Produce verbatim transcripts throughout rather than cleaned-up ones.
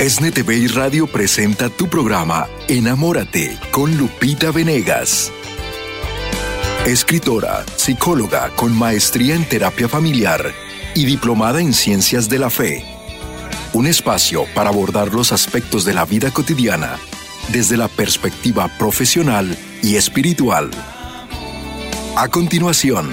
ESNE T V y Radio presenta tu programa Enamórate con Lupita Venegas. Escritora, psicóloga con maestría en terapia familiar y diplomada en ciencias de la fe. Un espacio para abordar los aspectos de la vida cotidiana desde la perspectiva profesional y espiritual. A continuación,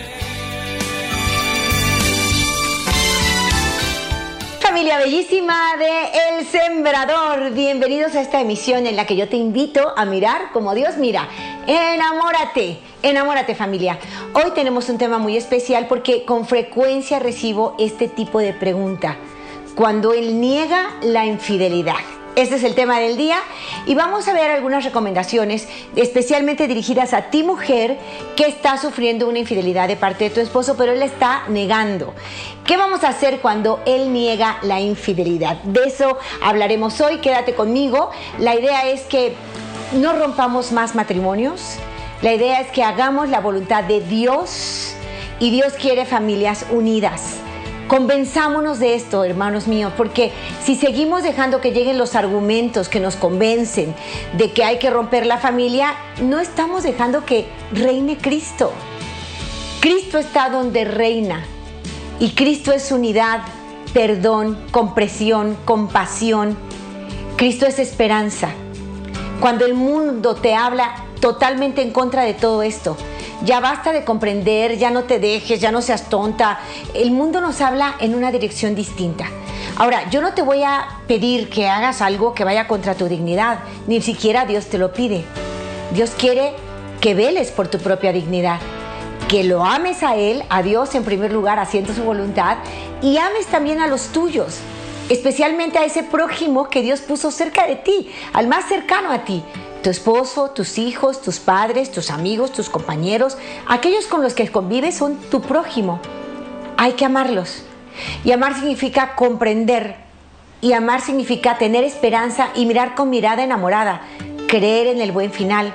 familia bellísima de El Sembrador, bienvenidos a esta emisión en la que yo te invito a mirar como Dios mira. Enamórate, enamórate familia. Hoy tenemos un tema muy especial porque con frecuencia recibo este tipo de pregunta. Cuando Él niega la infidelidad. Este es el tema del día y vamos a ver algunas recomendaciones especialmente dirigidas a ti, mujer, que está sufriendo una infidelidad de parte de tu esposo, pero él está negando. ¿Qué vamos a hacer cuando él niega la infidelidad? De eso hablaremos hoy, quédate conmigo. La idea es que no rompamos más matrimonios. La idea es que hagamos la voluntad de Dios y Dios quiere familias unidas. Convenzámonos de esto, hermanos míos, porque si seguimos dejando que lleguen los argumentos que nos convencen de que hay que romper la familia, no estamos dejando que reine Cristo. Cristo está donde reina y Cristo es unidad, perdón, compresión, compasión. Cristo es esperanza. Cuando el mundo te habla totalmente en contra de todo esto, ya basta de comprender, ya no te dejes, ya no seas tonta. El mundo nos habla en una dirección distinta. Ahora, yo no te voy a pedir que hagas algo que vaya contra tu dignidad, ni siquiera Dios te lo pide. Dios quiere que veles por tu propia dignidad, que lo ames a Él, a Dios en primer lugar, haciendo su voluntad, y ames también a los tuyos, especialmente a ese prójimo que Dios puso cerca de ti, al más cercano a ti. Tu esposo, tus hijos, tus padres, tus amigos, tus compañeros, aquellos con los que convives son tu prójimo. Hay que amarlos. Y amar significa comprender. Y amar significa tener esperanza y mirar con mirada enamorada, creer en el buen final.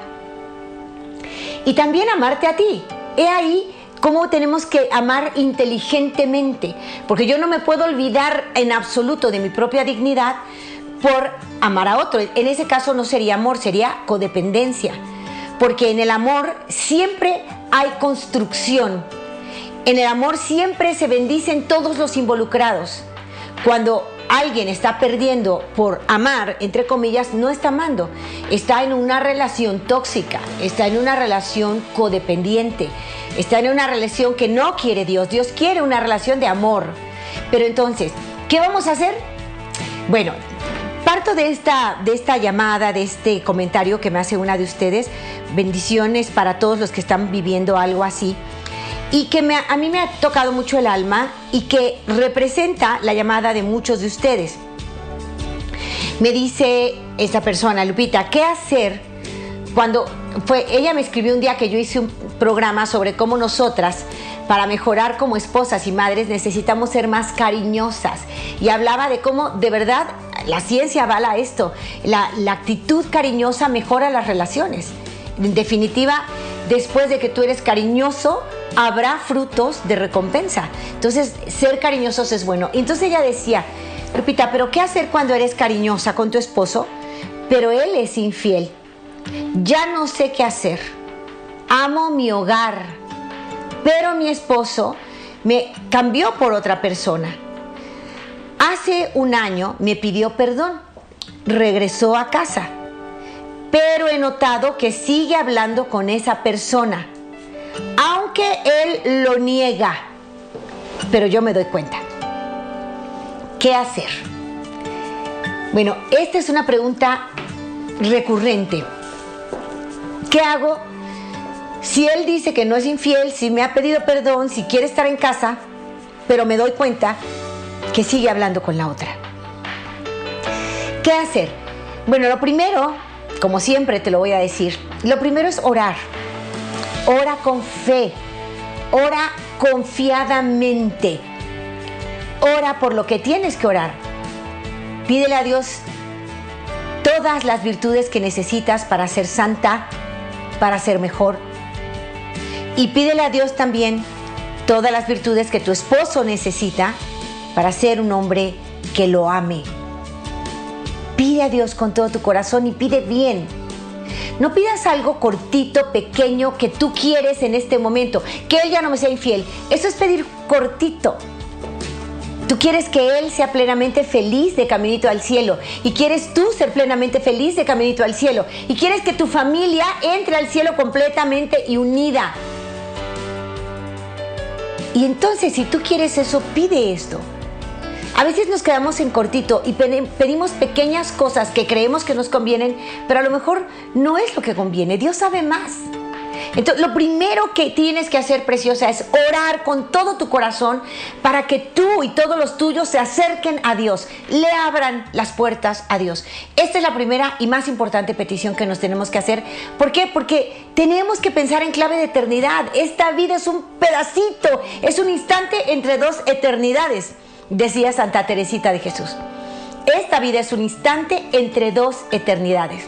Y también amarte a ti. He ahí cómo tenemos que amar inteligentemente, porque yo no me puedo olvidar en absoluto de mi propia dignidad por amar a otro. En ese caso no sería amor, sería codependencia, porque en el amor siempre hay construcción. En el amor siempre se bendicen todos los involucrados. Cuando alguien está perdiendo por amar, entre comillas, no está amando, está en una relación tóxica, está en una relación codependiente, está en una relación que no quiere Dios. Dios quiere una relación de amor. Pero entonces, ¿qué vamos a hacer? Bueno, parto de esta, de esta llamada, de este comentario que me hace una de ustedes. Bendiciones para todos los que están viviendo algo así. Y que me, a mí me ha tocado mucho el alma y que representa la llamada de muchos de ustedes. Me dice esta persona, Lupita, ¿qué hacer cuando fue? Ella me escribió un día que yo hice un programa sobre cómo nosotras, para mejorar como esposas y madres, necesitamos ser más cariñosas. Y hablaba de cómo, de verdad, la ciencia avala esto. La, la actitud cariñosa mejora las relaciones. En definitiva, después de que tú eres cariñoso, habrá frutos de recompensa. Entonces, ser cariñosos es bueno. Entonces ella decía, Lupita, ¿pero qué hacer cuando eres cariñosa con tu esposo, pero él es infiel? Ya no sé qué hacer. Amo mi hogar, pero mi esposo me cambió por otra persona. Hace un año me pidió perdón, regresó a casa, pero he notado que sigue hablando con esa persona, aunque él lo niega, pero yo me doy cuenta. ¿Qué hacer? Bueno, esta es una pregunta recurrente. ¿Qué hago si él dice que no es infiel, si me ha pedido perdón, si quiere estar en casa, pero me doy cuenta que sigue hablando con la otra? ¿Qué hacer? Bueno, lo primero, como siempre te lo voy a decir, lo primero es orar. Ora con fe, ora confiadamente, ora por lo que tienes que orar. Pídele a Dios todas las virtudes que necesitas para ser santa, para ser mejor. Y pídele a Dios también todas las virtudes que tu esposo necesita para ser un hombre que lo ame. Pide a Dios con todo tu corazón y pide bien. No pidas algo cortito, pequeño, que tú quieres en este momento. Que Él ya no me sea infiel. Eso es pedir cortito. Tú quieres que Él sea plenamente feliz de caminito al cielo. Y quieres tú ser plenamente feliz de caminito al cielo. Y quieres que tu familia entre al cielo completamente y unida. Y entonces, si tú quieres eso, pide esto. A veces nos quedamos en cortito y pedimos pequeñas cosas que creemos que nos convienen, pero a lo mejor no es lo que conviene. Dios sabe más. Entonces, lo primero que tienes que hacer, preciosa, es orar con todo tu corazón para que tú y todos los tuyos se acerquen a Dios, le abran las puertas a Dios. Esta es la primera y más importante petición que nos tenemos que hacer. ¿Por qué? Porque tenemos que pensar en clave de eternidad. Esta vida es un pedacito, es un instante entre dos eternidades, decía Santa Teresita de Jesús. Esta vida es un instante entre dos eternidades.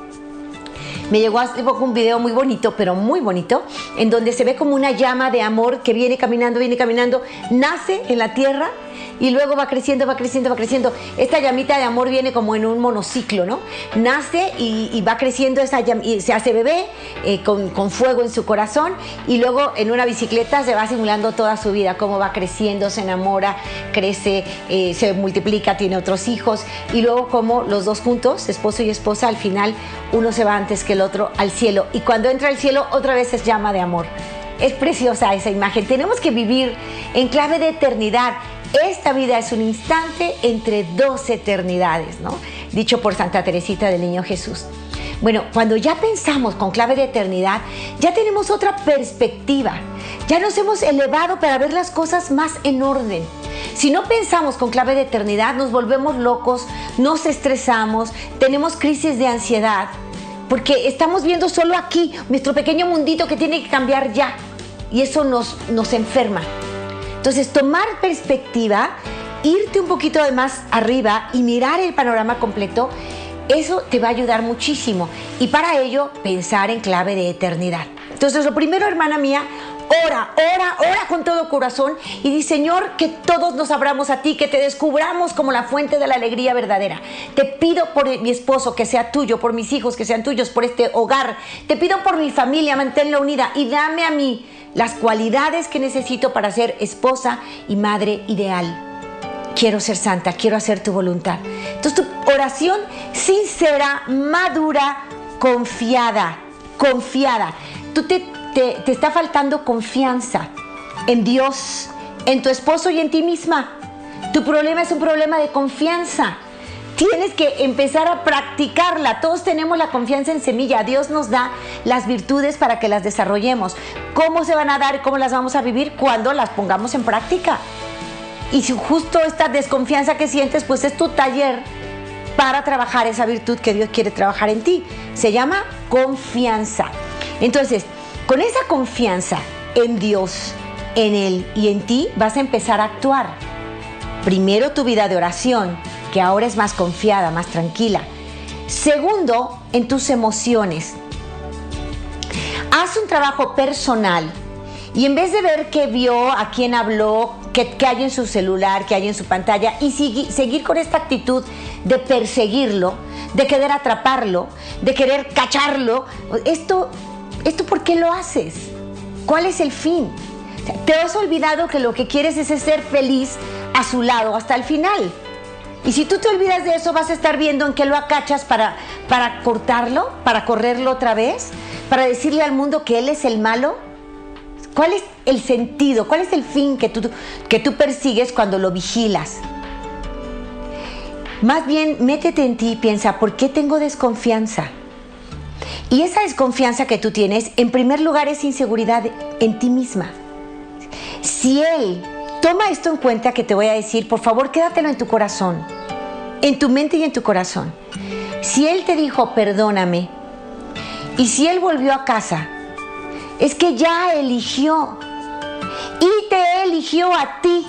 Me llegó hace poco un video muy bonito, pero muy bonito, en donde se ve como una llama de amor que viene caminando, viene caminando, nace en la tierra y luego va creciendo, va creciendo, va creciendo. Esta llamita de amor viene como en un monociclo, ¿no? Nace y, y va creciendo, esa llama, y se hace bebé eh, con, con fuego en su corazón, y luego en una bicicleta se va simulando toda su vida, cómo va creciendo, se enamora, crece, eh, se multiplica, tiene otros hijos, y luego como los dos juntos, esposo y esposa, al final uno se va antes que el otro al cielo, y cuando entra al cielo otra vez es llama de amor. Es preciosa esa imagen. Tenemos que vivir en clave de eternidad. Esta vida es un instante entre dos eternidades, ¿no? Dicho por Santa Teresita del Niño Jesús. Bueno, cuando ya pensamos con clave de eternidad, ya tenemos otra perspectiva. Ya nos hemos elevado para ver las cosas más en orden. Si no pensamos con clave de eternidad, nos volvemos locos, nos estresamos, tenemos crisis de ansiedad, porque estamos viendo solo aquí, nuestro pequeño mundito que tiene que cambiar ya. Y eso nos, nos enferma. Entonces, tomar perspectiva, irte un poquito de más arriba y mirar el panorama completo, eso te va a ayudar muchísimo. Y para ello, pensar en clave de eternidad. Entonces, lo primero, hermana mía, ora, ora, ora con todo corazón y di: Señor, que todos nos abramos a ti, que te descubramos como la fuente de la alegría verdadera. Te pido por mi esposo que sea tuyo, por mis hijos que sean tuyos, por este hogar. Te pido por mi familia, manténla unida y dame a mí las cualidades que necesito para ser esposa y madre ideal. Quiero ser santa, quiero hacer tu voluntad. Entonces, tu oración sincera, madura, confiada, confiada. Tú te, te, te está faltando confianza en Dios, en tu esposo y en ti misma. Tu problema es un problema de confianza. Tienes que empezar a practicarla. Todos tenemos la confianza en semilla. Dios nos da las virtudes para que las desarrollemos. ¿Cómo se van a dar y cómo las vamos a vivir? Cuando las pongamos en práctica. Y si justo esta desconfianza que sientes, pues es tu taller para trabajar esa virtud que Dios quiere trabajar en ti. Se llama confianza. Entonces, con esa confianza en Dios, en Él y en ti, vas a empezar a actuar. Primero, tu vida de oración, que ahora es más confiada, más tranquila. Segundo, en tus emociones. Haz un trabajo personal y en vez de ver qué vio, a quién habló, qué, qué hay en su celular, qué hay en su pantalla, y sigui, seguir con esta actitud de perseguirlo, de querer atraparlo, de querer cacharlo, esto, esto ¿por qué lo haces? ¿Cuál es el fin? O sea, te has olvidado que lo que quieres es ser feliz a su lado hasta el final. Y si tú te olvidas de eso, vas a estar viendo en qué lo acachas para, para cortarlo, para correrlo otra vez, para decirle al mundo que él es el malo. ¿Cuál es el sentido? ¿Cuál es el fin que tú, que tú persigues cuando lo vigilas? Más bien, métete en ti y piensa: ¿por qué tengo desconfianza? Y esa desconfianza que tú tienes, en primer lugar, es inseguridad en ti misma. Si él toma esto en cuenta que te voy a decir, por favor, quédatelo en tu corazón, en tu mente y en tu corazón. Si él te dijo perdóname, y si él volvió a casa, es que ya eligió y te eligió a ti.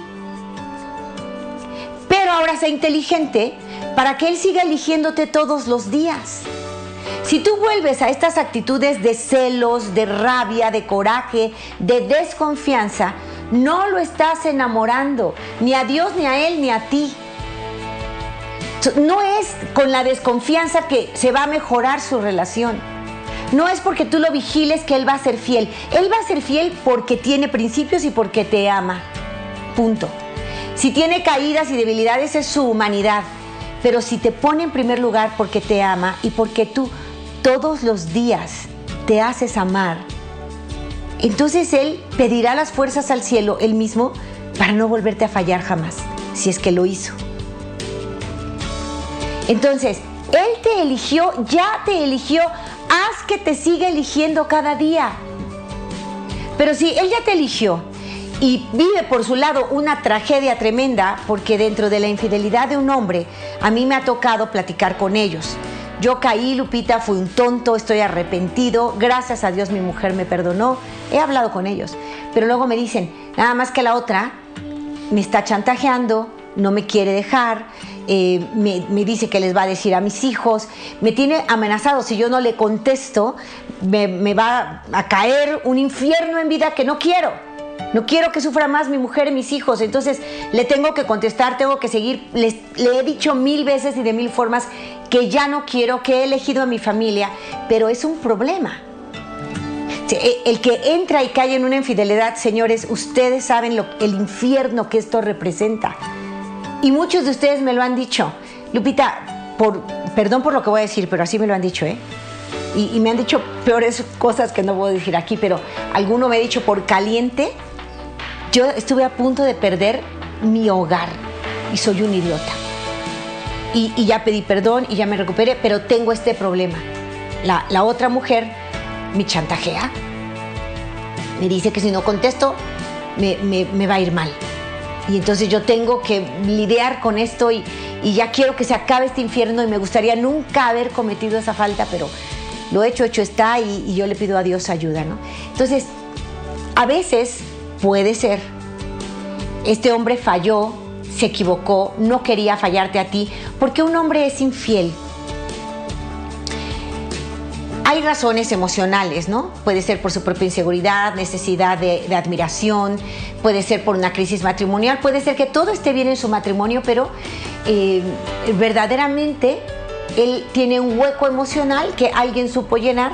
Pero ahora sé inteligente para que él siga eligiéndote todos los días. Si tú vuelves a estas actitudes de celos, de rabia, de coraje, de desconfianza, no lo estás enamorando, ni a Dios, ni a Él, ni a ti. No es con la desconfianza que se va a mejorar su relación. No es porque tú lo vigiles que él va a ser fiel. Él va a ser fiel porque tiene principios y porque te ama. Punto. Si tiene caídas y debilidades es su humanidad. Pero si te pone en primer lugar porque te ama y porque tú todos los días te haces amar, entonces él pedirá las fuerzas al cielo él mismo para no volverte a fallar jamás, si es que lo hizo. Entonces, él te eligió, ya te eligió, haz que te siga eligiendo cada día. Pero si él ya te eligió y vive por su lado una tragedia tremenda, porque dentro de la infidelidad de un hombre, a mí me ha tocado platicar con ellos. Yo caí, Lupita, fui un tonto, estoy arrepentido, gracias a Dios mi mujer me perdonó, he hablado con ellos. Pero luego me dicen, nada más que la otra me está chantajeando, no me quiere dejar, eh, me, me dice que les va a decir a mis hijos, me tiene amenazado, si yo no le contesto, me, me va a caer un infierno en vida que no quiero. No quiero que sufra más mi mujer y mis hijos, entonces le tengo que contestar, tengo que seguir. Les, le he dicho mil veces y de mil formas que ya no quiero, que he elegido a mi familia, pero es un problema. El que entra y cae en una infidelidad, señores, ustedes saben lo, el infierno que esto representa. Y muchos de ustedes me lo han dicho. Lupita, por, perdón por lo que voy a decir, pero así me lo han dicho, ¿eh? Y, y me han dicho peores cosas que no puedo decir aquí, pero alguno me ha dicho por caliente. Yo estuve a punto de perder mi hogar y soy un idiota. Y, y ya pedí perdón y ya me recuperé, pero tengo este problema. La, la otra mujer me chantajea, me dice que si no contesto me, me, me va a ir mal. Y entonces yo tengo que lidiar con esto y, y ya quiero que se acabe este infierno y me gustaría nunca haber cometido esa falta, pero lo hecho, hecho está y, y yo le pido a Dios ayuda, ¿no? Entonces, a veces puede ser, este hombre falló, se equivocó, no quería fallarte a ti, porque un hombre es infiel. Hay razones emocionales, ¿no? Puede ser por su propia inseguridad, necesidad de, de admiración, puede ser por una crisis matrimonial, puede ser que todo esté bien en su matrimonio, pero eh, verdaderamente él tiene un hueco emocional que alguien supo llenar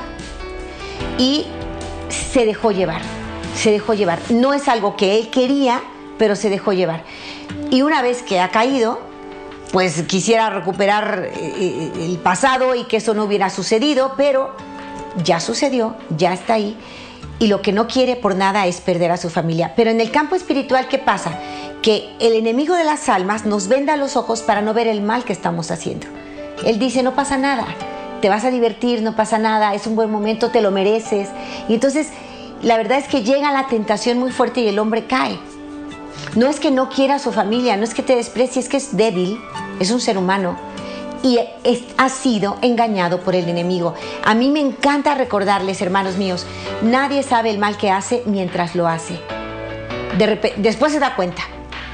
y se dejó llevar. Se dejó llevar. No es algo que él quería, pero se dejó llevar. Y una vez que ha caído, pues quisiera recuperar el pasado y que eso no hubiera sucedido, pero ya sucedió, ya está ahí. Y lo que no quiere por nada es perder a su familia. Pero en el campo espiritual, ¿qué pasa? Que el enemigo de las almas nos venda los ojos para no ver el mal que estamos haciendo. Él dice, no pasa nada, te vas a divertir, no pasa nada, es un buen momento, te lo mereces. Y entonces la verdad es que llega la tentación muy fuerte y el hombre cae. No es que no quiera a su familia, no es que te desprecie, es que es débil, es un ser humano y es, ha sido engañado por el enemigo. A mí me encanta recordarles, hermanos míos, nadie sabe el mal que hace mientras lo hace. De repente, después se da cuenta.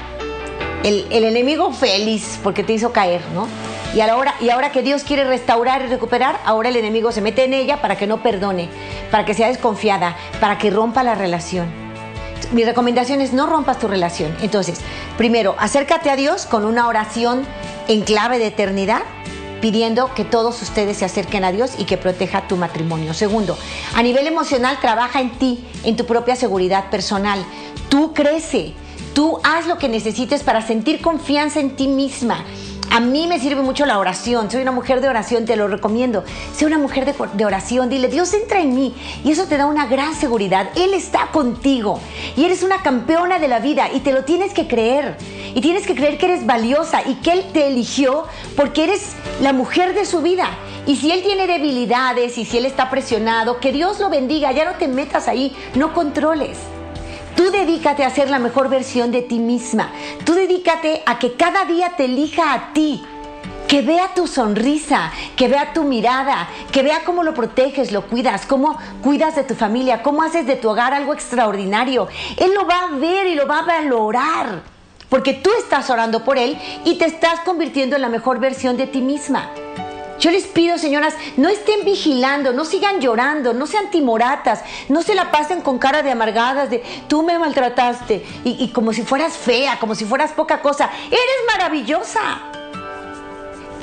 El, el enemigo feliz porque te hizo caer, ¿no? Y ahora, y ahora que Dios quiere restaurar y recuperar, ahora el enemigo se mete en ella para que no perdone, para que sea desconfiada, para que rompa la relación. Mi recomendación es no rompas tu relación. Entonces, primero, acércate a Dios con una oración en clave de eternidad, pidiendo que todos ustedes se acerquen a Dios y que proteja tu matrimonio. Segundo, a nivel emocional, trabaja en ti, en tu propia seguridad personal. Tú crece, tú haz lo que necesites para sentir confianza en ti misma. A mí me sirve mucho la oración, soy una mujer de oración, te lo recomiendo. Sé una mujer de, de oración, dile, Dios entra en mí y eso te da una gran seguridad. Él está contigo y eres una campeona de la vida y te lo tienes que creer. Y tienes que creer que eres valiosa y que Él te eligió porque eres la mujer de su vida. Y si Él tiene debilidades y si Él está presionado, que Dios lo bendiga, ya no te metas ahí, no controles. Tú dedícate a ser la mejor versión de ti misma. Tú dedícate a que cada día te elija a ti. Que vea tu sonrisa, que vea tu mirada, que vea cómo lo proteges, lo cuidas, cómo cuidas de tu familia, cómo haces de tu hogar algo extraordinario. Él lo va a ver y lo va a valorar. Porque tú estás orando por Él y te estás convirtiendo en la mejor versión de ti misma. Yo les pido, señoras, no estén vigilando, no sigan llorando, no sean timoratas, no se la pasen con cara de amargadas, de tú me maltrataste, y, y como si fueras fea, como si fueras poca cosa. ¡Eres maravillosa!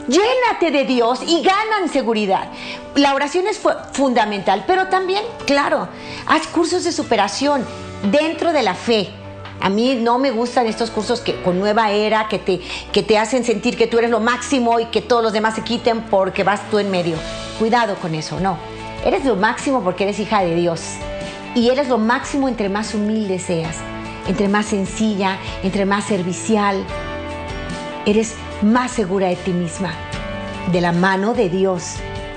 Llénate de Dios y ganan seguridad. La oración es fu- fundamental, pero también, claro, haz cursos de superación dentro de la fe. A mí no me gustan estos cursos que, con nueva era, que te, que te hacen sentir que tú eres lo máximo y que todos los demás se quiten porque vas tú en medio. Cuidado con eso, no. Eres lo máximo porque eres hija de Dios. Y eres lo máximo entre más humilde seas, entre más sencilla, entre más servicial. Eres más segura de ti misma, de la mano de Dios.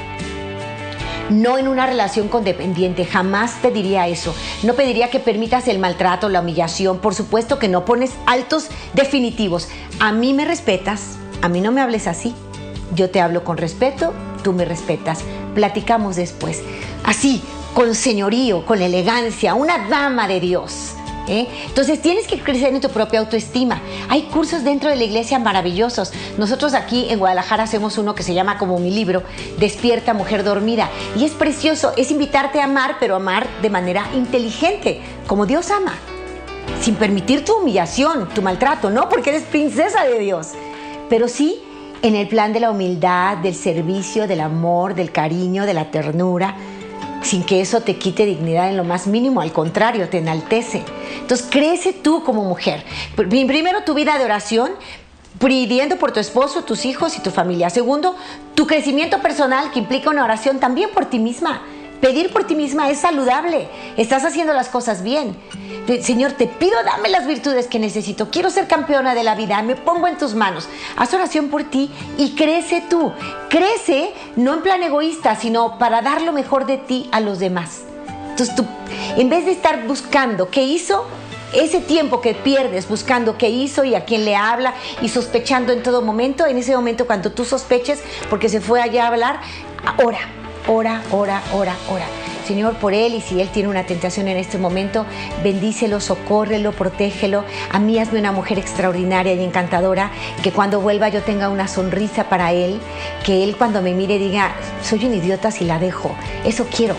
No en una relación codependiente, jamás te diría eso. No pediría que permitas el maltrato, la humillación. Por supuesto que no pones altos definitivos. A mí me respetas, a mí no me hables así. Yo te hablo con respeto, tú me respetas. Platicamos después. Así, con señorío, con elegancia, una dama de Dios. ¿Eh? Entonces tienes que crecer en tu propia autoestima. Hay cursos dentro de la iglesia maravillosos. Nosotros aquí en Guadalajara hacemos uno que se llama, como mi libro, Despierta, Mujer Dormida, y es precioso. Es invitarte a amar, pero amar de manera inteligente, como Dios ama, sin permitir tu humillación, tu maltrato, no porque eres princesa de Dios, pero sí en el plan de la humildad, del servicio, del amor, del cariño, de la ternura, sin que eso te quite dignidad en lo más mínimo, al contrario, te enaltece. Entonces, crece tú como mujer. Primero, tu vida de oración, pidiendo por tu esposo, tus hijos y tu familia. Segundo, tu crecimiento personal, que implica una oración también por ti misma. Pedir por ti misma es saludable. Estás haciendo las cosas bien. Señor, te pido, dame las virtudes que necesito. Quiero ser campeona de la vida. Me pongo en tus manos. Haz oración por ti y crece tú. Crece no en plan egoísta, sino para dar lo mejor de ti a los demás. Entonces tú, en vez de estar buscando qué hizo, ese tiempo que pierdes buscando qué hizo y a quién le habla y sospechando en todo momento, en ese momento cuando tú sospeches porque se fue allá a hablar, ora, ora, ora, ora, ora. Señor, por él, y si él tiene una tentación en este momento, bendícelo, socórrelo, protégelo. A mí hazme una mujer extraordinaria y encantadora, que cuando vuelva yo tenga una sonrisa para él, que él cuando me mire diga, soy un idiota si la dejo. Eso quiero,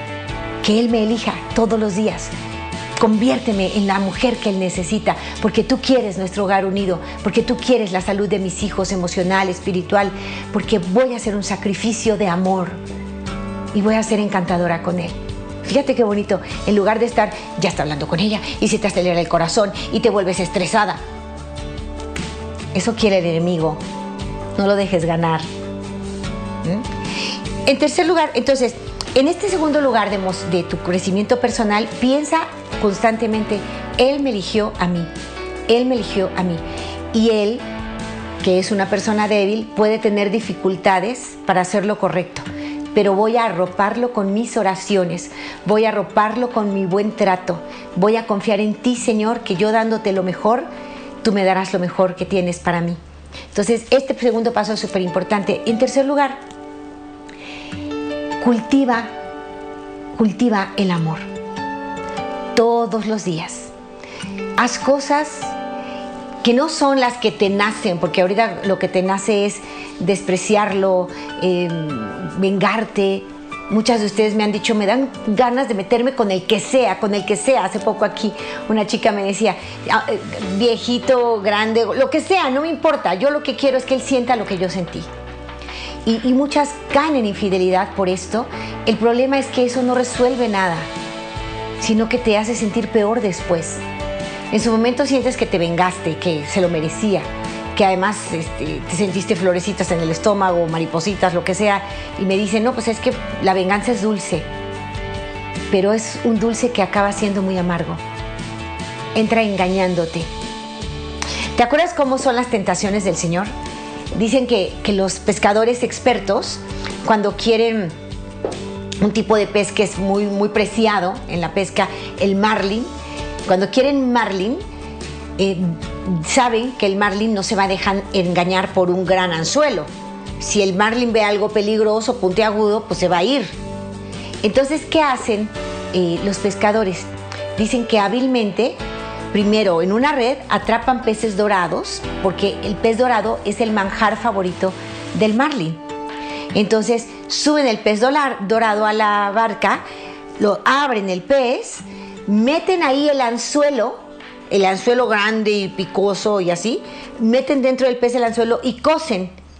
que él me elija todos los días. Conviérteme en la mujer que él necesita, porque tú quieres nuestro hogar unido, porque tú quieres la salud de mis hijos, emocional, espiritual, porque voy a hacer un sacrificio de amor y voy a ser encantadora con él. Fíjate qué bonito, en lugar de estar, ya está hablando con ella y se te acelera el corazón y te vuelves estresada. Eso quiere el enemigo, no lo dejes ganar. ¿Mm? En tercer lugar, entonces, en este segundo lugar de, de tu crecimiento personal, piensa constantemente, él me eligió a mí, él me eligió a mí. Y él, que es una persona débil, puede tener dificultades para hacer lo correcto, pero voy a arroparlo con mis oraciones, voy a arroparlo con mi buen trato, voy a confiar en ti, Señor, que yo dándote lo mejor, tú me darás lo mejor que tienes para mí. Entonces, este segundo paso es súper importante. En tercer lugar, cultiva, cultiva el amor. Todos los días. Haz cosas que no son las que te nacen, porque ahorita lo que te nace es despreciarlo, eh, vengarte. Muchas de ustedes me han dicho, me dan ganas de meterme con el que sea, con el que sea. Hace poco aquí una chica me decía, viejito, grande, lo que sea, no me importa. Yo lo que quiero es que él sienta lo que yo sentí. Y, y muchas caen en infidelidad por esto. El problema es que eso no resuelve nada, sino que te hace sentir peor después. En su momento sientes que te vengaste, que se lo merecía, que además este, te sentiste florecitas en el estómago, maripositas, lo que sea, y me dicen, no, pues es que la venganza es dulce, pero es un dulce que acaba siendo muy amargo. Entra engañándote. ¿Te acuerdas cómo son las tentaciones del Señor? Dicen que, que los pescadores expertos, cuando quieren un tipo de pez que es muy, muy preciado en la pesca, el marlin, cuando quieren marlin, eh, saben que el marlin no se va a dejar engañar por un gran anzuelo. Si el marlin ve algo peligroso, puntiagudo, pues se va a ir. Entonces, ¿qué hacen eh, los pescadores? Dicen que hábilmente, primero en una red, atrapan peces dorados, porque el pez dorado es el manjar favorito del marlin. Entonces, suben el pez dorado a la barca, lo abren el pez, meten ahí el anzuelo, el anzuelo grande y picoso y así, meten dentro del pez el anzuelo y cosen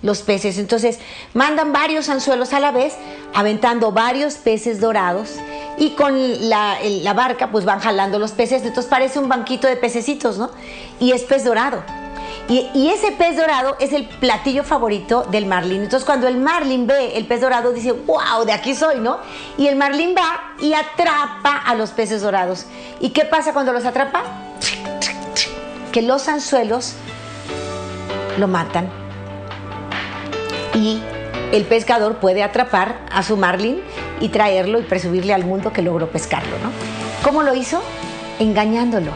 los peces. Entonces mandan varios anzuelos a la vez, aventando varios peces dorados, y con la, el, la barca pues van jalando los peces. Entonces parece un banquito de pececitos, ¿no? Y es pez dorado. Y, y ese pez dorado es el platillo favorito del marlín. Entonces cuando el marlín ve el pez dorado dice, wow, de aquí soy, ¿no? Y el marlín va y atrapa a los peces dorados. ¿Y qué pasa cuando los atrapa? Que los anzuelos lo matan. Y el pescador puede atrapar a su marlín y traerlo y presumirle al mundo que logró pescarlo, ¿no? ¿Cómo lo hizo? Engañándolo.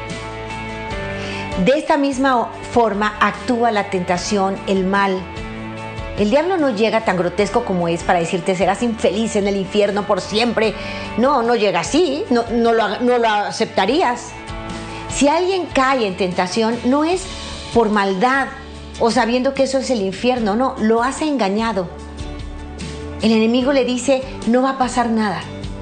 De esta misma forma actúa la tentación, el mal. El diablo no llega tan grotesco como es para decirte serás infeliz en el infierno por siempre. No, no llega así, no, no, lo, no lo aceptarías. Si alguien cae en tentación, no es por maldad o sabiendo que eso es el infierno, no, lo has engañado. El enemigo le dice, no va a pasar nada.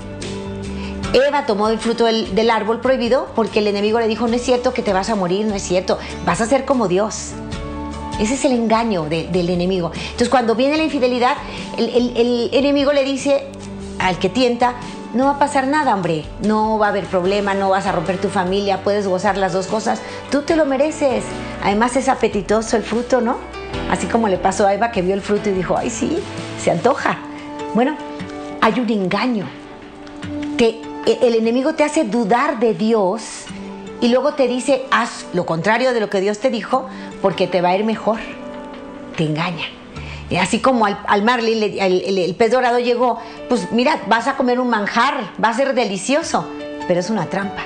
Eva tomó el fruto del, del árbol prohibido porque el enemigo le dijo, no es cierto que te vas a morir, no es cierto, vas a ser como Dios. Ese es el engaño de, del enemigo. Entonces cuando viene la infidelidad, el, el, el enemigo le dice al que tienta, no va a pasar nada, hombre, no va a haber problema, no vas a romper tu familia, puedes gozar las dos cosas, tú te lo mereces. Además es apetitoso el fruto, ¿no? Así como le pasó a Eva que vio el fruto y dijo, ay sí, se antoja. Bueno, hay un engaño. Te, el enemigo te hace dudar de Dios y luego te dice, haz lo contrario de lo que Dios te dijo porque te va a ir mejor. Te engaña. Y así como al, al marlín, el, el, el pez dorado llegó, pues mira, vas a comer un manjar, va a ser delicioso, pero es una trampa.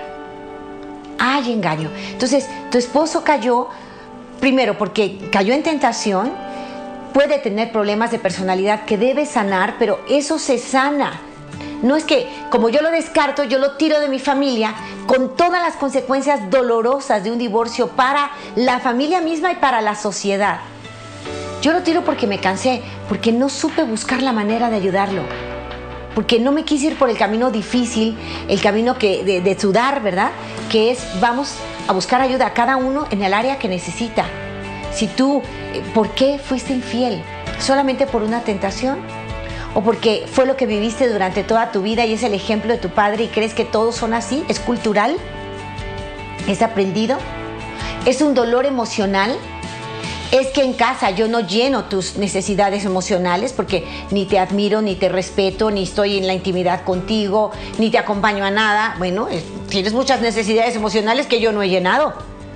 Hay engaño. Entonces, tu esposo cayó, primero porque cayó en tentación, puede tener problemas de personalidad que debe sanar, pero eso se sana. No es que, como yo lo descarto, yo lo tiro de mi familia con todas las consecuencias dolorosas de un divorcio para la familia misma y para la sociedad. Yo lo tiro porque me cansé, porque no supe buscar la manera de ayudarlo, porque no me quise ir por el camino difícil, el camino que, de, de sudar, ¿verdad? Que es, vamos a buscar ayuda a cada uno en el área que necesita. Si tú, ¿por qué fuiste infiel? ¿Solamente por una tentación? ¿O porque fue lo que viviste durante toda tu vida y es el ejemplo de tu padre y crees que todos son así? ¿Es cultural? ¿Es aprendido? ¿Es un dolor emocional? Es que en casa yo no lleno tus necesidades emocionales porque ni te admiro, ni te respeto, ni estoy en la intimidad contigo, ni te acompaño a nada. Bueno, tienes muchas necesidades emocionales que yo no he llenado.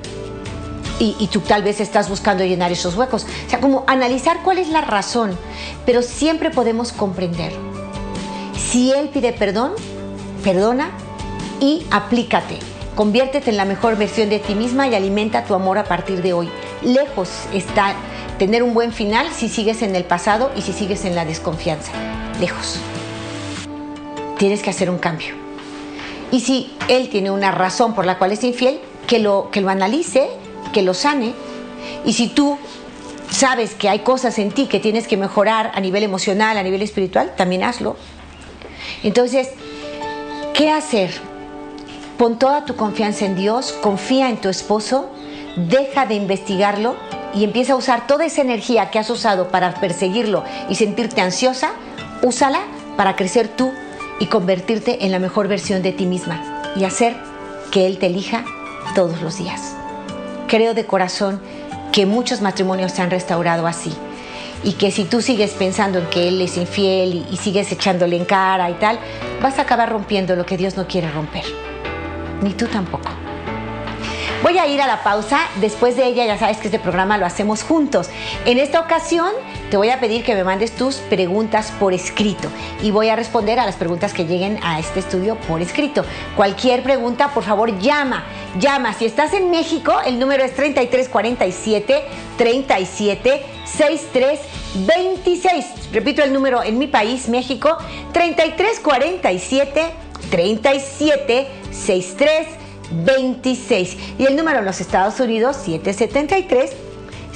Y, y tú tal vez estás buscando llenar esos huecos. O sea, como analizar cuál es la razón, pero siempre podemos comprender. Si él pide perdón, perdona y aplícate. Conviértete en la mejor versión de ti misma y alimenta tu amor a partir de hoy. Lejos está tener un buen final si sigues en el pasado y si sigues en la desconfianza. Lejos. Tienes que hacer un cambio. Y si él tiene una razón por la cual es infiel, que lo, que lo analice, que lo sane. Y si tú sabes que hay cosas en ti que tienes que mejorar a nivel emocional, a nivel espiritual, también hazlo. Entonces, ¿qué hacer? Pon toda tu confianza en Dios, confía en tu esposo, deja de investigarlo y empieza a usar toda esa energía que has usado para perseguirlo y sentirte ansiosa, úsala para crecer tú y convertirte en la mejor versión de ti misma y hacer que él te elija todos los días. Creo de corazón que muchos matrimonios se han restaurado así y que si tú sigues pensando en que él es infiel y, y sigues echándole en cara y tal, vas a acabar rompiendo lo que Dios no quiere romper. Ni tú tampoco. Voy a ir a la pausa. Después de ella, ya sabes que este programa lo hacemos juntos. En esta ocasión, te voy a pedir que me mandes tus preguntas por escrito y voy a responder a las preguntas que lleguen a este estudio por escrito. Cualquier pregunta, por favor, llama. Llama. Si estás en México, el número es treinta y tres cuarenta y siete, treinta y siete, sesenta y tres veintiséis. Repito el número en mi país, México, treinta y tres cuarenta y siete, treinta y siete, sesenta y tres veintiséis. Y el número en los Estados Unidos, siete siete tres,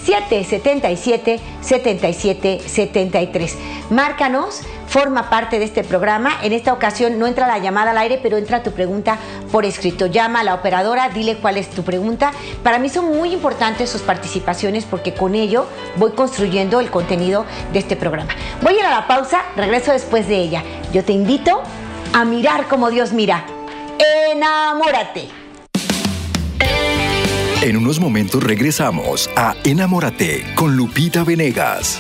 siete siete siete, siete siete siete tres. Márcanos, forma parte de este programa. En esta ocasión no entra la llamada al aire, pero entra tu pregunta por escrito. Llama a la operadora, dile cuál es tu pregunta. Para mí son muy importantes sus participaciones porque con ello voy construyendo el contenido de este programa. Voy a ir a la pausa, regreso después de ella. Yo te invito a mirar como Dios mira. Enamórate. En unos momentos regresamos a Enamórate con Lupita Venegas.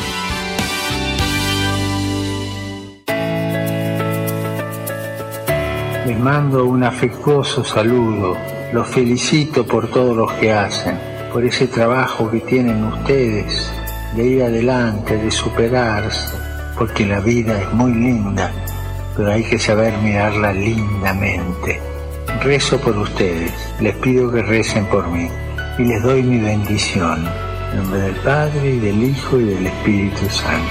Les mando un afectuoso saludo. Los felicito por todo lo que hacen, por ese trabajo que tienen ustedes de ir adelante, de superarse, porque la vida es muy linda, pero hay que saber mirarla lindamente. Rezo por ustedes, les pido que recen por mí y les doy mi bendición. En nombre del Padre, y del Hijo, y del Espíritu Santo.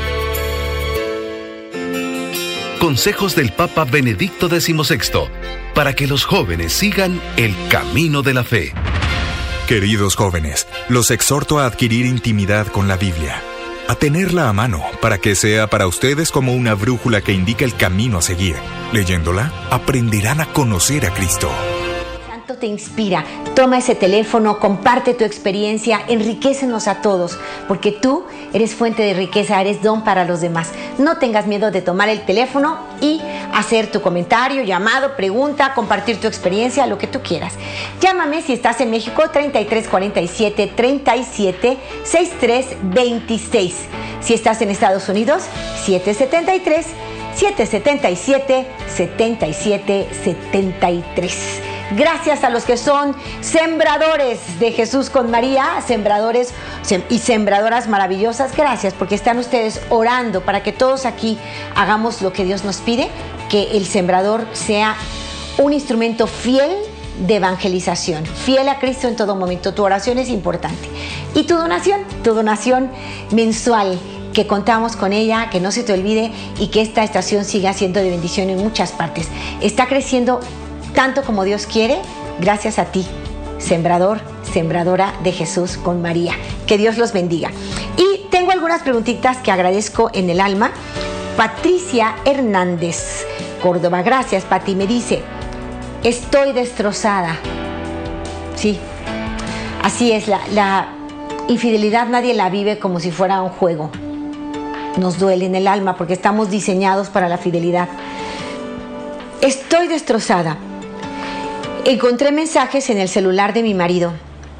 Consejos del Papa Benedicto dieciséis para que los jóvenes sigan el camino de la fe. Queridos jóvenes, los exhorto a adquirir intimidad con la Biblia, a tenerla a mano para que sea para ustedes como una brújula que indica el camino a seguir. Leyéndola, aprenderán a conocer a Cristo. Santo te inspira. Toma ese teléfono, comparte tu experiencia, enriquécenos a todos, porque tú eres fuente de riqueza, eres don para los demás. No tengas miedo de tomar el teléfono y hacer tu comentario, llamado, pregunta, compartir tu experiencia, lo que tú quieras. Llámame si estás en México, treinta y tres cuarenta y siete, treinta y siete, sesenta y tres veintiséis. Si estás en Estados Unidos, siete siete tres, siete siete siete, setenta y siete setenta y tres. Gracias a los que son sembradores de Jesús con María, sembradores y sembradoras maravillosas. Gracias porque están ustedes orando para que todos aquí hagamos lo que Dios nos pide, que el sembrador sea un instrumento fiel de evangelización, fiel a Cristo en todo momento. Tu oración es importante. Y tu donación, tu donación mensual, que contamos con ella, que no se te olvide y que esta estación siga siendo de bendición en muchas partes. Está creciendo tanto como Dios quiere, gracias a ti, sembrador, sembradora de Jesús con María. Que Dios los bendiga. Y tengo algunas preguntitas que agradezco en el alma. Patricia Hernández, Córdoba. Gracias, Pati. Me dice, estoy destrozada. Sí, así es. La, la infidelidad nadie la vive como si fuera un juego. Nos duele en el alma porque estamos diseñados para la fidelidad. Estoy destrozada. Encontré mensajes en el celular de mi marido.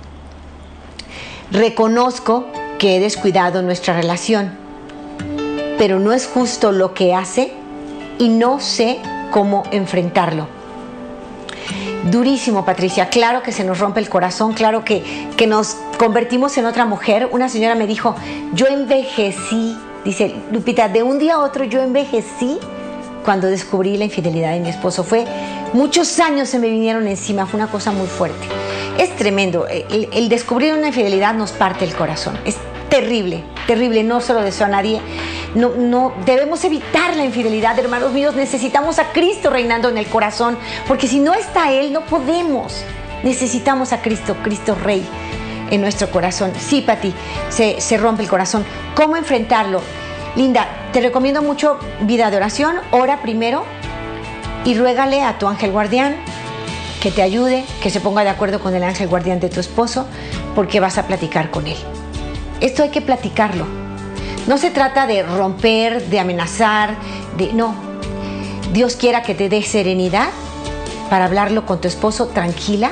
Reconozco que he descuidado nuestra relación, pero no es justo lo que hace y no sé cómo enfrentarlo. Durísimo, Patricia. Claro que se nos rompe el corazón, claro que, que nos convertimos en otra mujer. Una señora me dijo, yo envejecí, dice Lupita, de un día a otro yo envejecí cuando descubrí la infidelidad de mi esposo. Fue muchos años se me vinieron encima, fue una cosa muy fuerte. Es tremendo, el, el descubrir una infidelidad nos parte el corazón, es terrible, terrible, no se lo deseo a nadie. No, no, debemos evitar la infidelidad, hermanos míos. Necesitamos a Cristo reinando en el corazón, porque si no está Él, no podemos. Necesitamos a Cristo, Cristo Rey en nuestro corazón. Sí, Pati, se, se rompe el corazón. ¿Cómo enfrentarlo? Linda, te recomiendo mucho vida de oración. Ora primero y ruégale a tu ángel guardián que te ayude, que se ponga de acuerdo con el ángel guardián de tu esposo, porque vas a platicar con él. Esto hay que platicarlo. No se trata de romper, de amenazar, de no. Dios quiera que te dé serenidad para hablarlo con tu esposo tranquila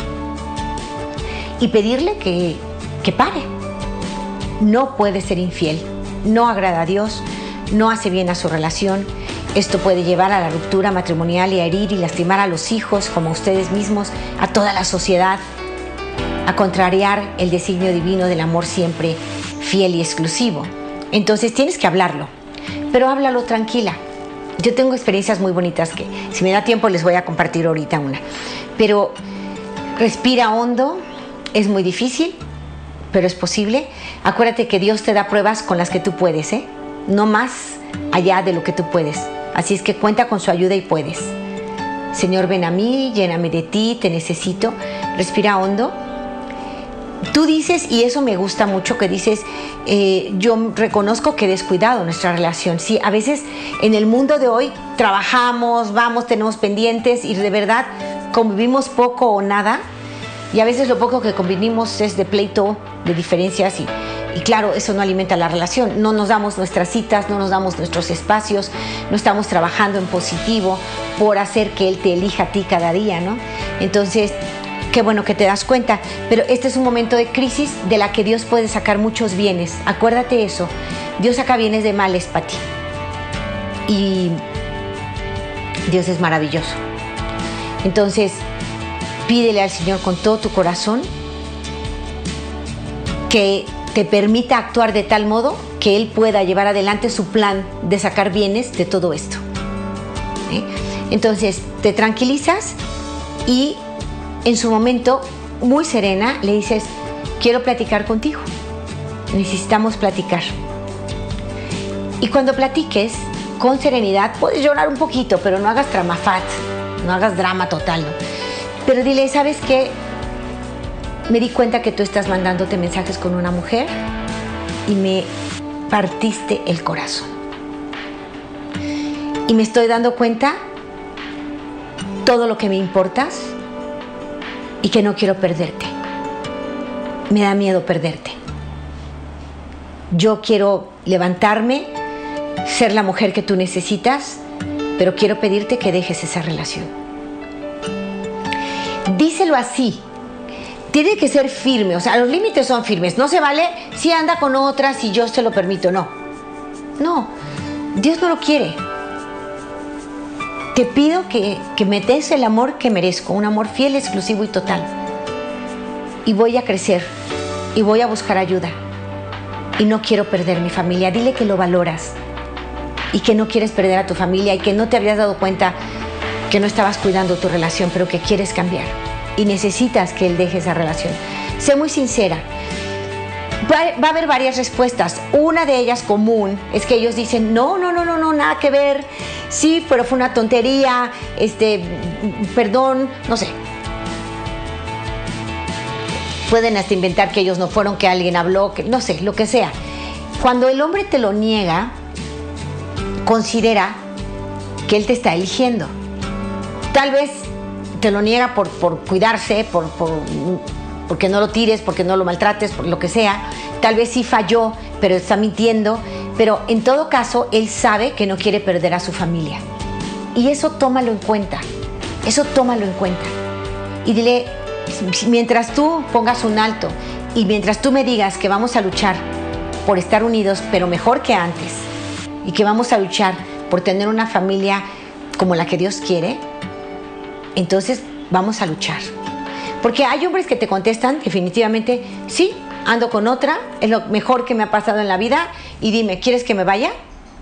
y pedirle que, que pare. No puede ser infiel, no agrada a Dios, no hace bien a su relación. Esto puede llevar a la ruptura matrimonial y a herir y lastimar a los hijos, como a ustedes mismos, a toda la sociedad, a contrariar el designio divino del amor siempre fiel y exclusivo. Entonces tienes que hablarlo, pero háblalo tranquila. Yo tengo experiencias muy bonitas que, si me da tiempo, les voy a compartir ahorita una. Pero respira hondo, es muy difícil, pero es posible. Acuérdate que Dios te da pruebas con las que tú puedes, ¿eh? No más allá de lo que tú puedes. Así es que cuenta con su ayuda y puedes. Señor, ven a mí, lléname de ti, te necesito. Respira hondo tú dices, y eso me gusta mucho, que dices, eh, yo reconozco que he descuidado nuestra relación. Sí, a veces en el mundo de hoy trabajamos, vamos, tenemos pendientes y de verdad convivimos poco o nada. Y a veces lo poco que convivimos es de pleito, de diferencias y, y claro, eso no alimenta la relación. No nos damos nuestras citas, no nos damos nuestros espacios, no estamos trabajando en positivo por hacer que él te elija a ti cada día, ¿no? Entonces, qué bueno que te das cuenta, pero este es un momento de crisis de la que Dios puede sacar muchos bienes. Acuérdate eso, Dios saca bienes de males para ti. Y Dios es maravilloso. Entonces, pídele al Señor con todo tu corazón que te permita actuar de tal modo que Él pueda llevar adelante su plan de sacar bienes de todo esto. ¿Eh? Entonces, te tranquilizas y en su momento, muy serena, le dices, quiero platicar contigo, necesitamos platicar. Y cuando platiques, con serenidad, puedes llorar un poquito, pero no hagas dramafat, no hagas drama total, ¿no? Pero dile, ¿sabes qué? Me di cuenta que tú estás mandándote mensajes con una mujer y me partiste el corazón. Y me estoy dando cuenta todo lo que me importas y que no quiero perderte. Me da miedo perderte. Yo quiero levantarme, ser la mujer que tú necesitas, pero quiero pedirte que dejes esa relación. Díselo así. Tiene que ser firme, o sea, los límites son firmes. No se vale si anda con otra, si yo se lo permito, no. No, Dios no lo quiere. Te pido que, que me des el amor que merezco, un amor fiel, exclusivo y total. Y voy a crecer, y voy a buscar ayuda. Y no quiero perder mi familia. Dile que lo valoras, y que no quieres perder a tu familia, y que no te habías dado cuenta que no estabas cuidando tu relación, pero que quieres cambiar. Y necesitas que él deje esa relación. Sé muy sincera. Va, va a haber varias respuestas. Una de ellas común es que ellos dicen, no, no, no, no, no, nada que ver. Sí, pero fue una tontería, este, perdón, no sé. Pueden hasta inventar que ellos no fueron, que alguien habló, que no sé, lo que sea. Cuando el hombre te lo niega, considera que él te está eligiendo. Tal vez te lo niega por, por cuidarse, por, por, porque no lo tires, porque no lo maltrates, por lo que sea. Tal vez sí falló, pero está mintiendo. Pero en todo caso, él sabe que no quiere perder a su familia. Y eso tómalo en cuenta. Eso tómalo en cuenta. Y dile, mientras tú pongas un alto y mientras tú me digas que vamos a luchar por estar unidos, pero mejor que antes, y que vamos a luchar por tener una familia como la que Dios quiere, entonces vamos a luchar. Porque hay hombres que te contestan definitivamente, sí, ando con otra, es lo mejor que me ha pasado en la vida, y dime, ¿quieres que me vaya?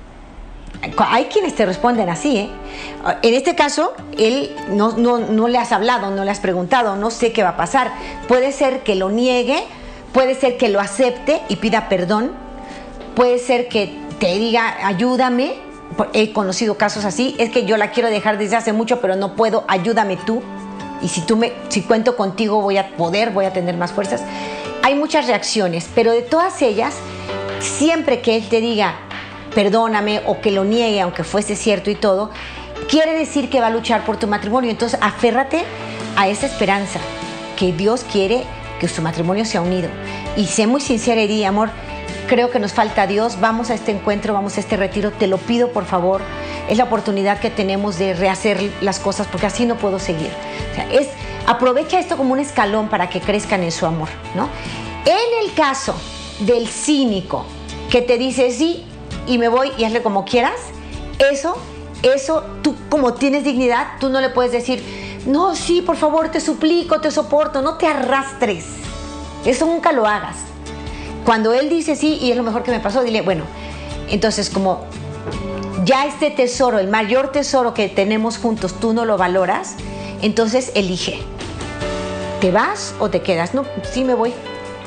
Hay quienes te responden así, ¿eh? En este caso, él no, no, no le has hablado, no le has preguntado, no sé qué va a pasar. Puede ser que lo niegue, puede ser que lo acepte y pida perdón, puede ser que te diga, ayúdame. He conocido casos así, es que yo la quiero dejar desde hace mucho, pero no puedo, ayúdame tú. Y si tú me, si cuento contigo voy a poder, voy a tener más fuerzas. Hay muchas reacciones, pero de todas ellas, siempre que él te diga, perdóname, o que lo niegue, aunque fuese cierto y todo, quiere decir que va a luchar por tu matrimonio. Entonces, aférrate a esa esperanza, que Dios quiere que su matrimonio sea unido. Y sé muy sincera y di, amor, creo que nos falta Dios, vamos a este encuentro, vamos a este retiro, te lo pido por favor, es la oportunidad que tenemos de rehacer las cosas, porque así no puedo seguir. O sea, es, aprovecha esto como un escalón para que crezcan en su amor, ¿no? En el caso del cínico, que te dice sí, y me voy y hazle como quieras, eso, eso, tú como tienes dignidad, tú no le puedes decir, no, sí, por favor, te suplico, te soporto, no te arrastres, eso nunca lo hagas. Cuando él dice sí y es lo mejor que me pasó, dile, bueno, entonces como ya este tesoro, el mayor tesoro que tenemos juntos, tú no lo valoras, entonces elige. ¿Te vas o te quedas? No, sí me voy.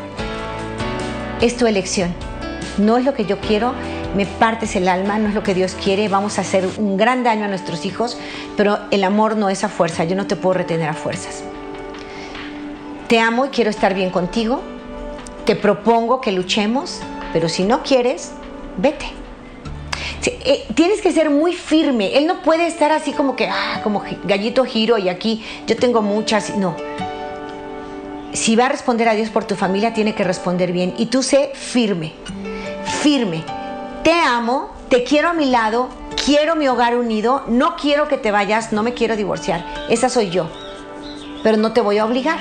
Es tu elección. No es lo que yo quiero, me partes el alma, no es lo que Dios quiere, vamos a hacer un gran daño a nuestros hijos, pero el amor no es a fuerza, yo no te puedo retener a fuerzas. Te amo y quiero estar bien contigo, te propongo que luchemos, pero si no quieres, vete. Sí, eh, tienes que ser muy firme. Él no puede estar así como que, ah, como gallito giro y aquí yo tengo muchas. No. Si va a responder a Dios por tu familia, tiene que responder bien. Y tú sé firme, firme. Te amo, te quiero a mi lado, quiero mi hogar unido, no quiero que te vayas, no me quiero divorciar. Esa soy yo. Pero no te voy a obligar.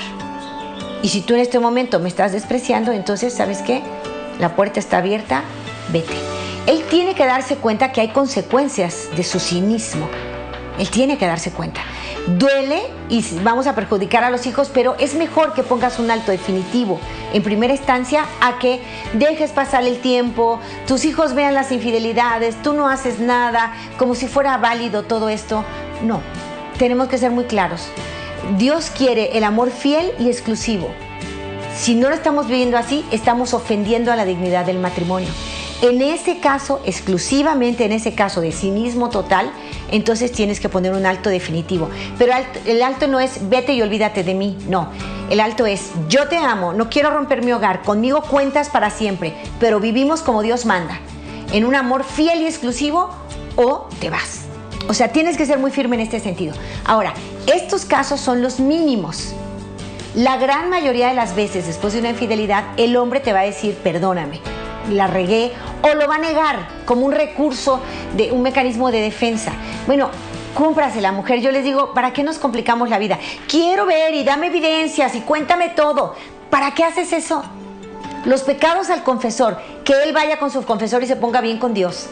Y si tú en este momento me estás despreciando, entonces, ¿sabes qué? La puerta está abierta, vete. Él tiene que darse cuenta que hay consecuencias de su cinismo. Él tiene que darse cuenta. Duele y vamos a perjudicar a los hijos, pero es mejor que pongas un alto definitivo en primera instancia a que dejes pasar el tiempo, tus hijos vean las infidelidades, tú no haces nada, como si fuera válido todo esto. No, tenemos que ser muy claros. Dios quiere el amor fiel y exclusivo. Si no lo estamos viviendo así, estamos ofendiendo a la dignidad del matrimonio. En ese caso, exclusivamente en ese caso de cinismo total, entonces tienes que poner un alto definitivo. Pero el alto no es vete y olvídate de mí, no. El alto es yo te amo, no quiero romper mi hogar, conmigo cuentas para siempre, pero vivimos como Dios manda, en un amor fiel y exclusivo, o te vas. O sea, tienes que ser muy firme en este sentido. Ahora, estos casos son los mínimos. La gran mayoría de las veces, después de una infidelidad, el hombre te va a decir perdóname, la regué, o lo va a negar como un recurso, de un mecanismo de defensa. Bueno, cúmprase la mujer. Yo les digo, ¿para qué nos complicamos la vida? Quiero ver y dame evidencias y cuéntame todo. ¿Para qué haces eso? Los pecados al confesor, que él vaya con su confesor y se ponga bien con Dios.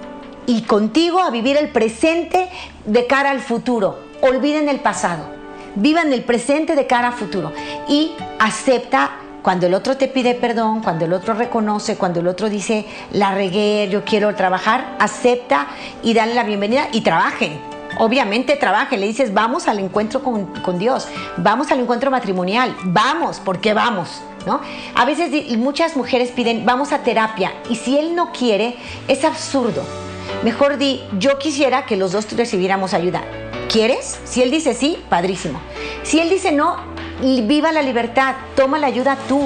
Y contigo a vivir el presente de cara al futuro. Olviden el pasado. Vivan el presente de cara al futuro. Y acepta cuando el otro te pide perdón, cuando el otro reconoce, cuando el otro dice, la regué, yo quiero trabajar, acepta y dale la bienvenida y trabajen. Obviamente trabajen, le dices, vamos al encuentro con, con Dios, vamos al encuentro matrimonial, vamos, porque vamos, ¿no? A veces muchas mujeres piden, vamos a terapia, y si él no quiere, es absurdo. Mejor di, yo quisiera que los dos recibiéramos ayuda. ¿Quieres? Si él dice sí, padrísimo. Si él dice no, viva la libertad, toma la ayuda tú.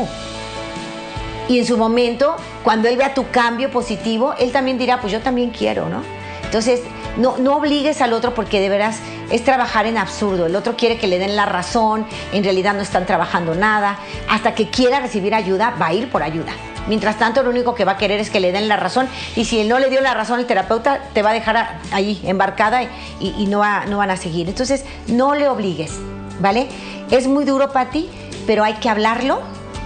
Y en su momento, cuando él vea tu cambio positivo, él también dirá, pues yo también quiero, ¿no? Entonces, no, no obligues al otro porque de veras es trabajar en absurdo. El otro quiere que le den la razón, en realidad no están trabajando nada. Hasta que quiera recibir ayuda, va a ir por ayuda. Mientras tanto, lo único que va a querer es que le den la razón. Y si él no le dio la razón, el terapeuta te va a dejar ahí embarcada y, y no, va, no van a seguir. Entonces, no le obligues, ¿vale? Es muy duro para ti, pero hay que hablarlo,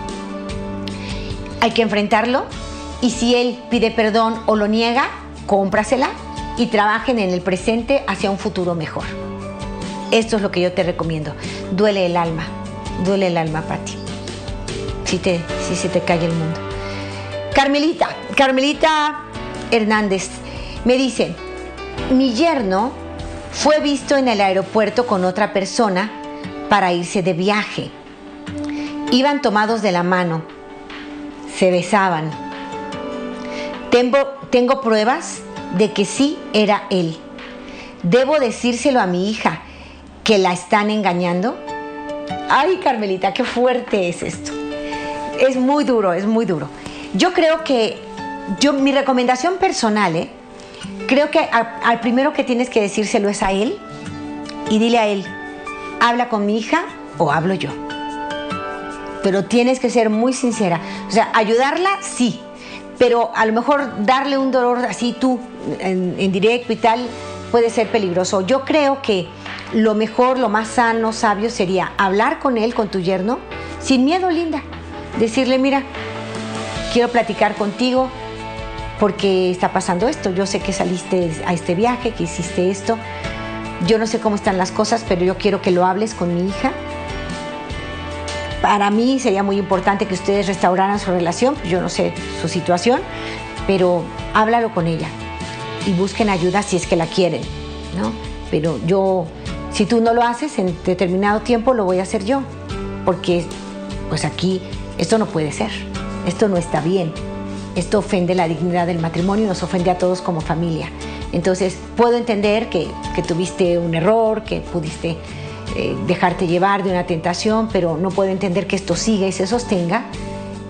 hay que enfrentarlo, y si él pide perdón o lo niega, cómprasela y trabajen en el presente hacia un futuro mejor. Esto es lo que yo te recomiendo. Duele el alma, duele el alma, Pati. Si te, si se te cae el mundo. Carmelita, Carmelita Hernández me dice, mi yerno fue visto en el aeropuerto con otra persona para irse de viaje. Iban tomados de la mano, se besaban. Tengo, tengo pruebas de que sí era él. ¿Debo decírselo a mi hija que la están engañando? Ay, Carmelita, qué fuerte es esto. Es muy duro, es muy duro. Yo creo que, yo, mi recomendación personal, ¿eh? creo que al, al primero que tienes que decírselo es a él, y dile a él, habla con mi hija o hablo yo. Pero tienes que ser muy sincera. O sea, ayudarla, sí, pero a lo mejor darle un dolor así tú, en, en directo y tal, puede ser peligroso. Yo creo que lo mejor, lo más sano, sabio sería hablar con él, con tu yerno, sin miedo, linda. Decirle, mira, quiero platicar contigo porque está pasando esto. Yo sé que saliste a este viaje, que hiciste esto. Yo no sé cómo están las cosas, pero yo quiero que lo hables con mi hija. Para mí sería muy importante que ustedes restauraran su relación. Yo no sé su situación, pero háblalo con ella y busquen ayuda si es que la quieren, ¿no? Pero yo, si tú no lo haces en determinado tiempo, lo voy a hacer yo, porque pues aquí esto no puede ser, esto no está bien, esto ofende la dignidad del matrimonio y nos ofende a todos como familia. Entonces, puedo entender que, que tuviste un error, que pudiste eh, dejarte llevar de una tentación, pero no puedo entender que esto siga y se sostenga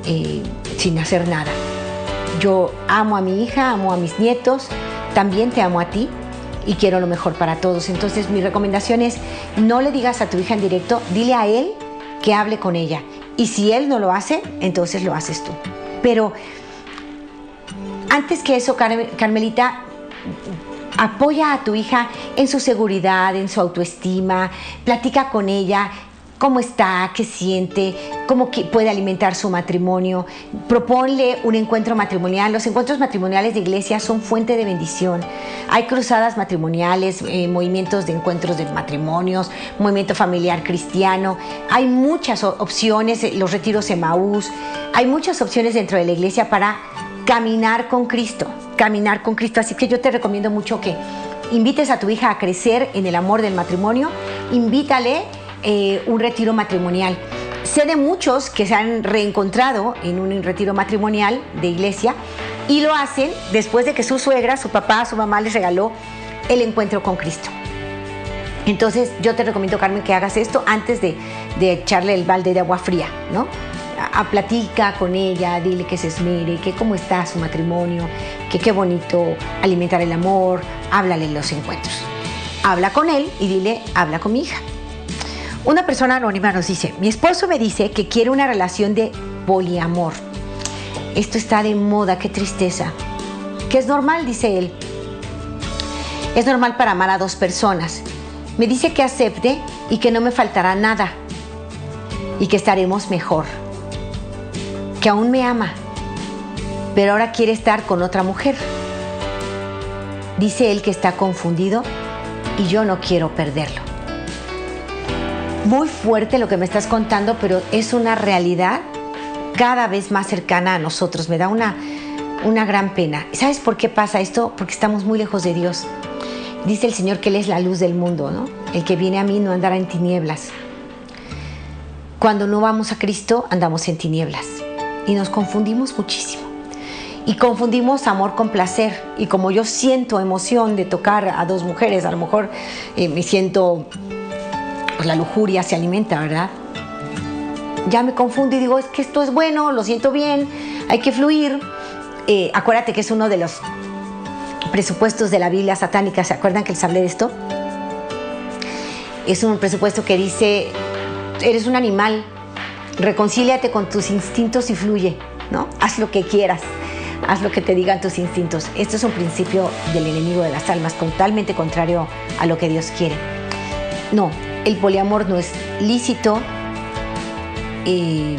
eh, sin hacer nada. Yo amo a mi hija, amo a mis nietos, también te amo a ti y quiero lo mejor para todos. Entonces mi recomendación es, no le digas a tu hija en directo, dile a él que hable con ella. Y si él no lo hace, entonces lo haces tú. Pero antes que eso, Car- Carmelita, apoya a tu hija en su seguridad, en su autoestima, platica con ella cómo está, qué siente, cómo puede alimentar su matrimonio. Proponle un encuentro matrimonial. Los encuentros matrimoniales de iglesia son fuente de bendición. Hay cruzadas matrimoniales, eh, movimientos de encuentros de matrimonios, movimiento familiar cristiano. Hay muchas opciones, los retiros Emaús. Hay muchas opciones dentro de la iglesia para caminar con Cristo, caminar con Cristo. Así que yo te recomiendo mucho que invites a tu hija a crecer en el amor del matrimonio. Invítale Eh, un retiro matrimonial. Sé de muchos que se han reencontrado en un retiro matrimonial de iglesia y lo hacen después de que su suegra, su papá, su mamá les regaló el encuentro con Cristo. Entonces yo te recomiendo, Carmen, que hagas esto antes de, de echarle el balde de agua fría, ¿no? A, a platica con ella, dile que se esmere, que cómo está su matrimonio, que qué bonito alimentar el amor, háblale en los encuentros. Habla con él y dile, habla con mi hija. Una persona anónima nos dice, mi esposo me dice que quiere una relación de poliamor. Esto está de moda, qué tristeza. Que es normal, dice él. Es normal para amar a dos personas. Me dice que acepte y que no me faltará nada. Y que estaremos mejor. Que aún me ama. Pero ahora quiere estar con otra mujer. Dice él que está confundido y yo no quiero perderlo. Muy fuerte lo que me estás contando, pero es una realidad cada vez más cercana a nosotros. Me da una, una gran pena. ¿Sabes por qué pasa esto? Porque estamos muy lejos de Dios. Dice el Señor que Él es la luz del mundo, ¿no? El que viene a mí no andará en tinieblas. Cuando no vamos a Cristo, andamos en tinieblas. Y nos confundimos muchísimo. Y confundimos amor con placer. Y como yo siento emoción de tocar a dos mujeres, a lo mejor eh, me siento... Pues la lujuria se alimenta, ¿verdad? Ya me confundo y digo, es que esto es bueno, lo siento bien, hay que fluir. Eh, acuérdate que es uno de los presupuestos de la Biblia satánica. ¿Se acuerdan que les hablé de esto? Es un presupuesto que dice, eres un animal, reconcíliate con tus instintos y fluye, ¿no? Haz lo que quieras, haz lo que te digan tus instintos. Esto es un principio del enemigo de las almas, totalmente contrario a lo que Dios quiere. No. El poliamor no es lícito, eh,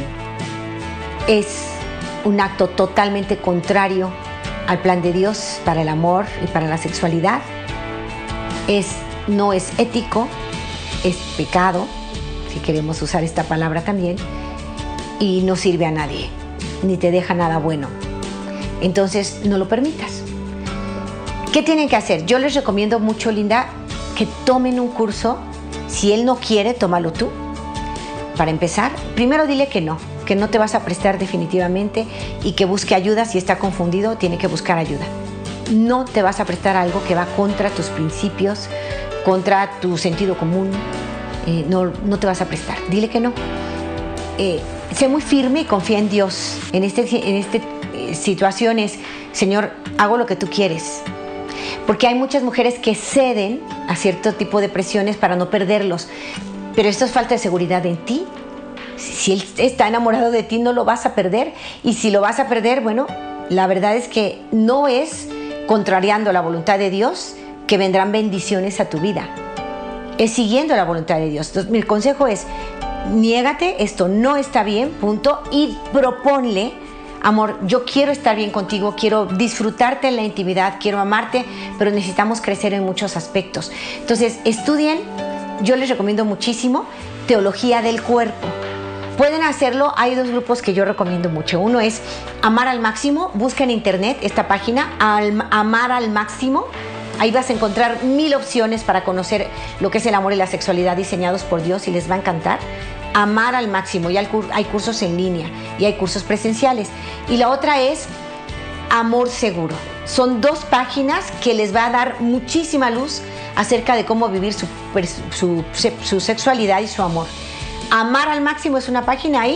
es un acto totalmente contrario al plan de Dios para el amor y para la sexualidad. Es, no es ético, es pecado, si queremos usar esta palabra también, y no sirve a nadie, ni te deja nada bueno. Entonces, no lo permitas. ¿Qué tienen que hacer? Yo les recomiendo mucho, Linda, que tomen un curso. Si él no quiere, tómalo tú. Para empezar, primero dile que no, que no te vas a prestar definitivamente y que busque ayuda. Si está confundido, tiene que buscar ayuda. No te vas a prestar algo que va contra tus principios, contra tu sentido común. Eh, no, no te vas a prestar. Dile que no. Eh, sé muy firme y confía en Dios. En estas en este, eh, situaciones, Señor, hago lo que tú quieres. Porque hay muchas mujeres que ceden a cierto tipo de presiones para no perderlos. Pero esto es falta de seguridad en ti. Si él está enamorado de ti, no lo vas a perder. Y si lo vas a perder, bueno, la verdad es que no es contrariando la voluntad de Dios que vendrán bendiciones a tu vida. Es siguiendo la voluntad de Dios. Entonces, mi consejo es, niégate, esto no está bien, punto, y proponle, amor, yo quiero estar bien contigo, quiero disfrutarte en la intimidad, quiero amarte, pero necesitamos crecer en muchos aspectos. Entonces, estudien, yo les recomiendo muchísimo, teología del cuerpo. Pueden hacerlo, hay dos grupos que yo recomiendo mucho. Uno es Amar al Máximo, busca en internet esta página, Amar al Máximo. Ahí vas a encontrar mil opciones para conocer lo que es el amor y la sexualidad diseñados por Dios y les va a encantar. Amar al Máximo, y hay cursos en línea y hay cursos presenciales. Y la otra es Amor Seguro. Son dos páginas que les va a dar muchísima luz acerca de cómo vivir su, su, su sexualidad y su amor. Amar al Máximo es una página ahí,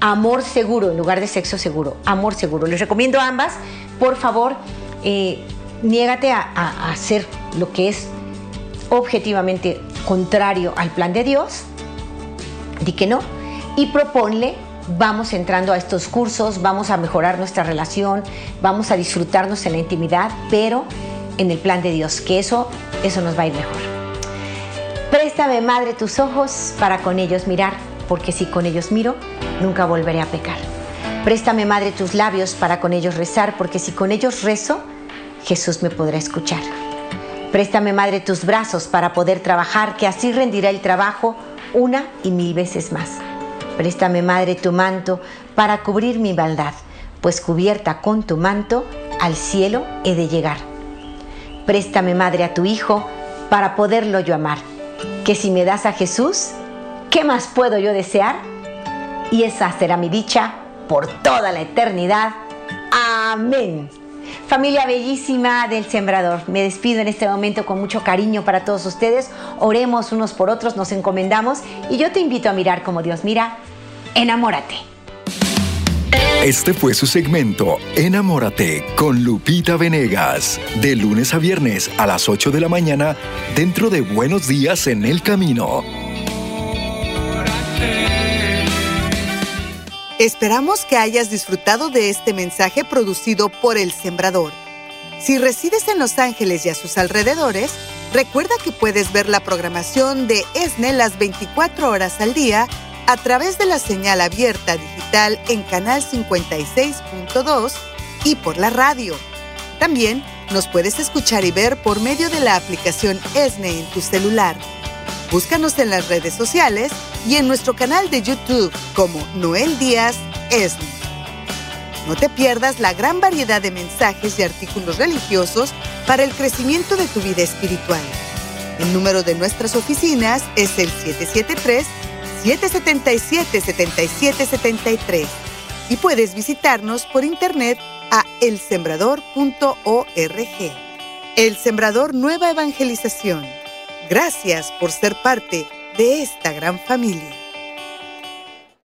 amor seguro en lugar de sexo seguro, amor seguro. Les recomiendo ambas. Por favor, eh, niégate a, a, a hacer lo que es objetivamente contrario al plan de Dios, di que no, y proponle, vamos entrando a estos cursos, vamos a mejorar nuestra relación, vamos a disfrutarnos en la intimidad, pero en el plan de Dios, que eso, eso nos va a ir mejor. Préstame, Madre, tus ojos para con ellos mirar, porque si con ellos miro, nunca volveré a pecar. Préstame, Madre, tus labios para con ellos rezar, porque si con ellos rezo, Jesús me podrá escuchar. Préstame, Madre, tus brazos para poder trabajar, que así rendirá el trabajo una y mil veces más. Préstame, Madre, tu manto para cubrir mi maldad, pues cubierta con tu manto al cielo he de llegar. Préstame, Madre, a tu Hijo para poderlo yo amar, que si me das a Jesús, ¿qué más puedo yo desear? Y esa será mi dicha por toda la eternidad. Amén. Familia bellísima del Sembrador, me despido en este momento con mucho cariño para todos ustedes. Oremos unos por otros, nos encomendamos y yo te invito a mirar como Dios mira. Enamórate. Este fue su segmento Enamórate con Lupita Venegas, de lunes a viernes a las ocho de la mañana dentro de Buenos Días en el Camino. Esperamos que hayas disfrutado de este mensaje producido por El Sembrador. Si resides en Los Ángeles y a sus alrededores, recuerda que puedes ver la programación de ESNE las veinticuatro horas al día a través de la señal abierta digital en Canal cincuenta y seis punto dos y por la radio. También nos puedes escuchar y ver por medio de la aplicación ESNE en tu celular. Búscanos en las redes sociales y en nuestro canal de YouTube como Noel Díaz ESNE. No te pierdas la gran variedad de mensajes y artículos religiosos para el crecimiento de tu vida espiritual. El número de nuestras oficinas es el siete siete tres, siete siete siete, siete siete siete tres y puedes visitarnos por internet a el sembrador punto org. El Sembrador Nueva Evangelización. Gracias por ser parte de esta gran familia.